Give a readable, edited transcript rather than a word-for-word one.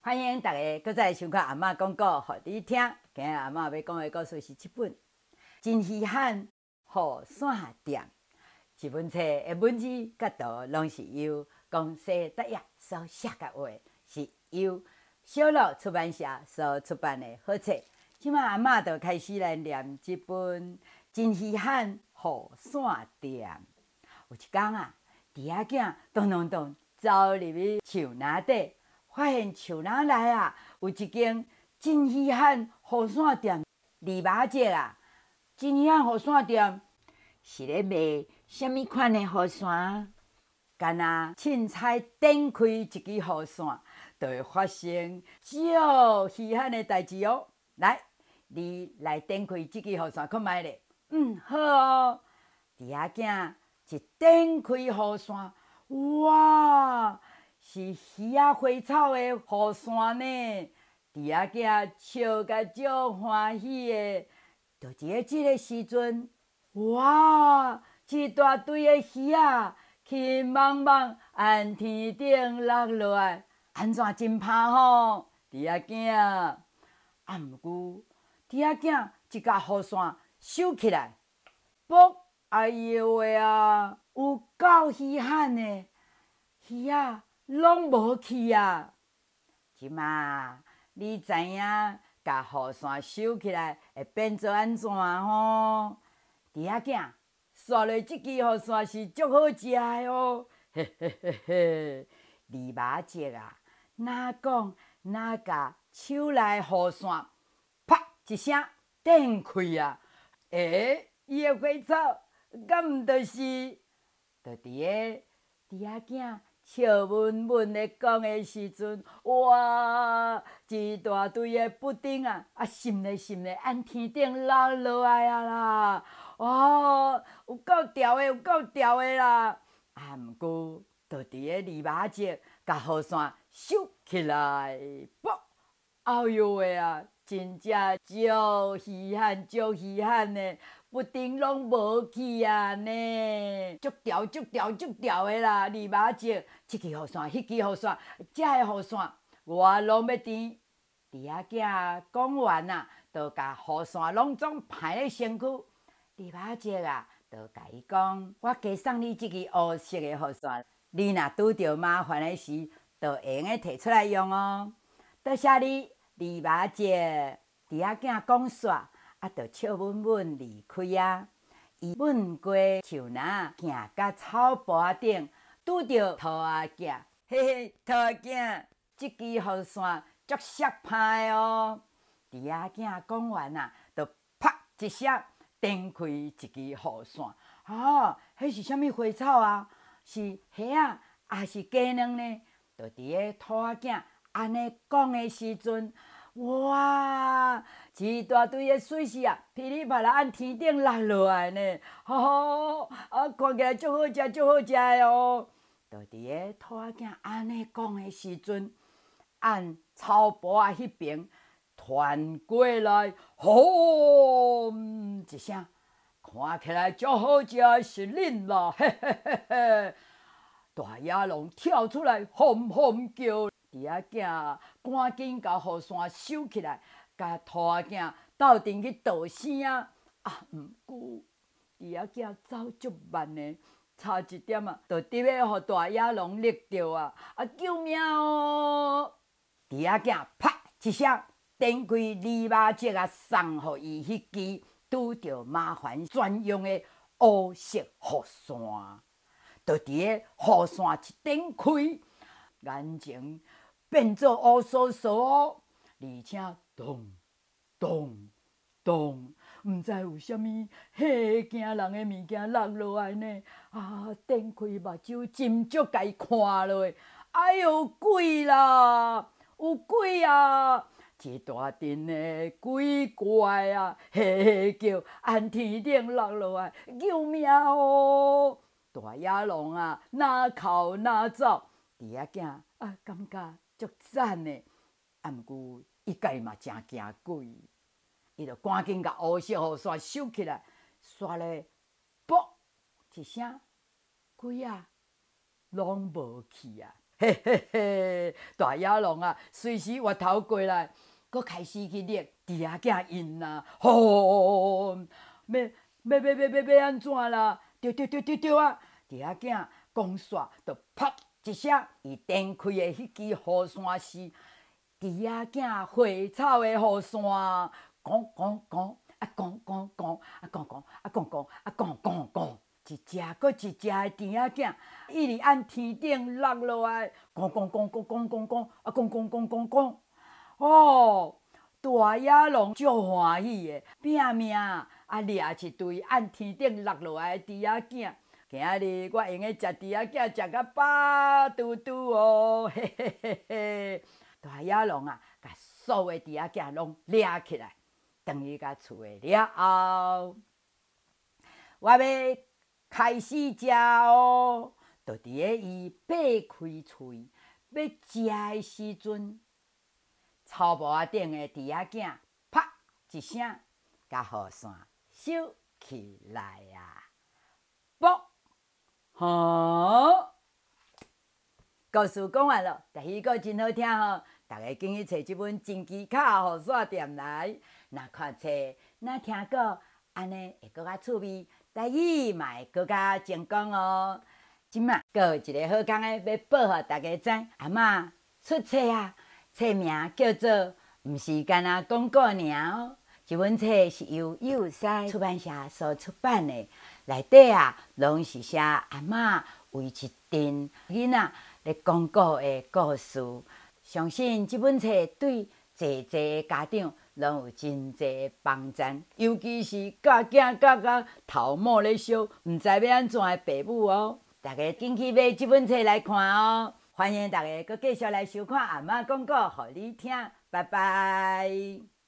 欢迎大家搁再来收看阿嬷讲故，互你听。今日阿嬷要讲的故事是这本《真稀罕雨伞店》。这本册的文字甲图拢是由江西德业所写的话，是由小路出版社所出版的好册。即摆阿嬷就开始来念这本《真稀罕雨伞店》。有一天啊，弟仔囝咚咚咚走入去树林底。发现树林内啊，有一间真稀罕雨伞店。二妈姐啊，真稀罕雨伞店是咧卖什么款的雨伞？干那凊彩点开一支雨伞，就会发生少稀罕的代志哦。来，你来点开这支雨伞，看卖咧。好哦。弟仔囝一点开雨伞，哇！是鱼仔花草的雨伞呢，弟仔囝笑甲足欢喜的。就伫即个时阵，哇！一大堆的鱼仔轻茫茫按天顶落落来，安怎真怕吼？弟仔囝，啊毋过弟仔囝一甲雨伞收起来，啵！哎呦喂啊，有够稀罕的鱼仔！拢无去啊！即马你知影，甲雨伞收起来会变做安怎吼？弟仔囝，刷落即支雨伞是足好食的哦！嘿嘿嘿嘿，二妈姐啊，哪讲哪甲手内雨伞啪一声点开啊！伊的花草，敢毋就是就伫个弟仔囝笑闷闷的讲的时阵，哇！一大堆的布丁啊，沁咧沁咧，按天顶落落来啊啦！哇，有够潮的，有够潮的啦！毋过，就伫个二妈节，甲雨伞收起来，啵！哎呦喂啊，真正足稀罕，足稀罕的！布丁拢无去啊呢，足潮足潮足潮的啦！二妈姐，这支雨伞，迄支雨伞，这个雨伞，我拢要甜。弟仔囝讲完啊，就甲雨伞拢总排咧身躯。二妈姐啊，就甲伊讲：我加送你这支黑色的雨伞，你若拄着麻烦的时，就会用的摕出来用哦。多谢你，二妈姐。弟仔囝讲煞。就笑闷闷离开啊！伊吻过树林，行到草坡顶，拄着兔仔囝。嘿嘿，兔仔囝，这支雨伞足适拍的哦！弟仔囝讲完啊，就啪一声点开一支雨伞。迄是啥物花草啊？是虾啊，还是鸡卵呢？就伫个兔仔囝安尼讲的时阵。哇！一大堆的水丝啊，噼里啪啦按天顶落落来呢，看起来足好食，足好食的哦。就伫个兔仔囝安尼讲的时阵，按草坡啊迄边传过来，轰一声，看起来足好食的是恁啦，嘿嘿嘿嘿！大野狼跳出来，轰轰叫。弟仔囝赶紧甲雨伞收起来，甲兔仔囝斗阵去道声啊！毋过弟仔囝走足慢的，差一点啊，就直要互大野狼掠着啊！救命哦！弟仔囝啪一声点开二妈姐啊，送互伊迄支拄着麻烦专用的黑色雨伞，就伫个雨伞一点开，眼前。变做乌酥酥哦，而且咚咚咚，毋知有啥物吓惊人的物件落落来呢？点开目睭，斟酌甲伊看落，哎呦鬼啦，有鬼啊！一大阵的鬼怪啊，吓叫，按天顶落落来，救命哦！大野狼啊，哪哭哪走，弟仔囝感觉。足赞的，毋过伊家己嘛真惊鬼，伊就赶紧甲黑色雨伞收起来，刷咧，啵一声，鬼啊，拢无去啊！ 嘿嘿嘿，大野狼啊，随时越头过来，佮开始去掠猪仔囝因啦，吼！要安怎啦？对啊！猪仔囝讲煞，就啪一声，伊展开的迄支雨伞是猪仔囝花草的雨伞，讲，一只搁一只的猪仔囝，一直按天顶落落来，讲，哦！大野狼足欢喜的，拼命掠一堆按天顶落落来的猪仔囝。今日我用个食猪仔囝，食甲饱嘟嘟哦，嘿嘿嘿嘿！大野狼啊，甲所有猪仔囝拢掠起来，转去甲厝诶了后，我要开始食哦，就伫个伊擘开喙要食诶时阵。草帽仔顶的猪仔囝，啪一声，甲雨伞收起来啊！啵，故事讲完了，但是个真好听吼，大家紧去找这本《真奇卡雨伞店》来，若看册，若听过，安尼会搁较趣味，台语嘛会搁较精讲哦。即马搁有一个好康的要报互大家知，阿嬷出册啊！册名叫做《毋是干那广告尔》哦，这本册是由幼师出版社所出版的，内底拢是写阿嬷为一阵囡仔咧讲故的故事。相信这本册对济济家长拢有真济帮助，尤其是教囝教头毛咧烧，毋知要安怎的爸母哦，大家紧去买这本册来看哦。欢迎大家搁继续来收看阿嬷讲故，互你听，拜拜。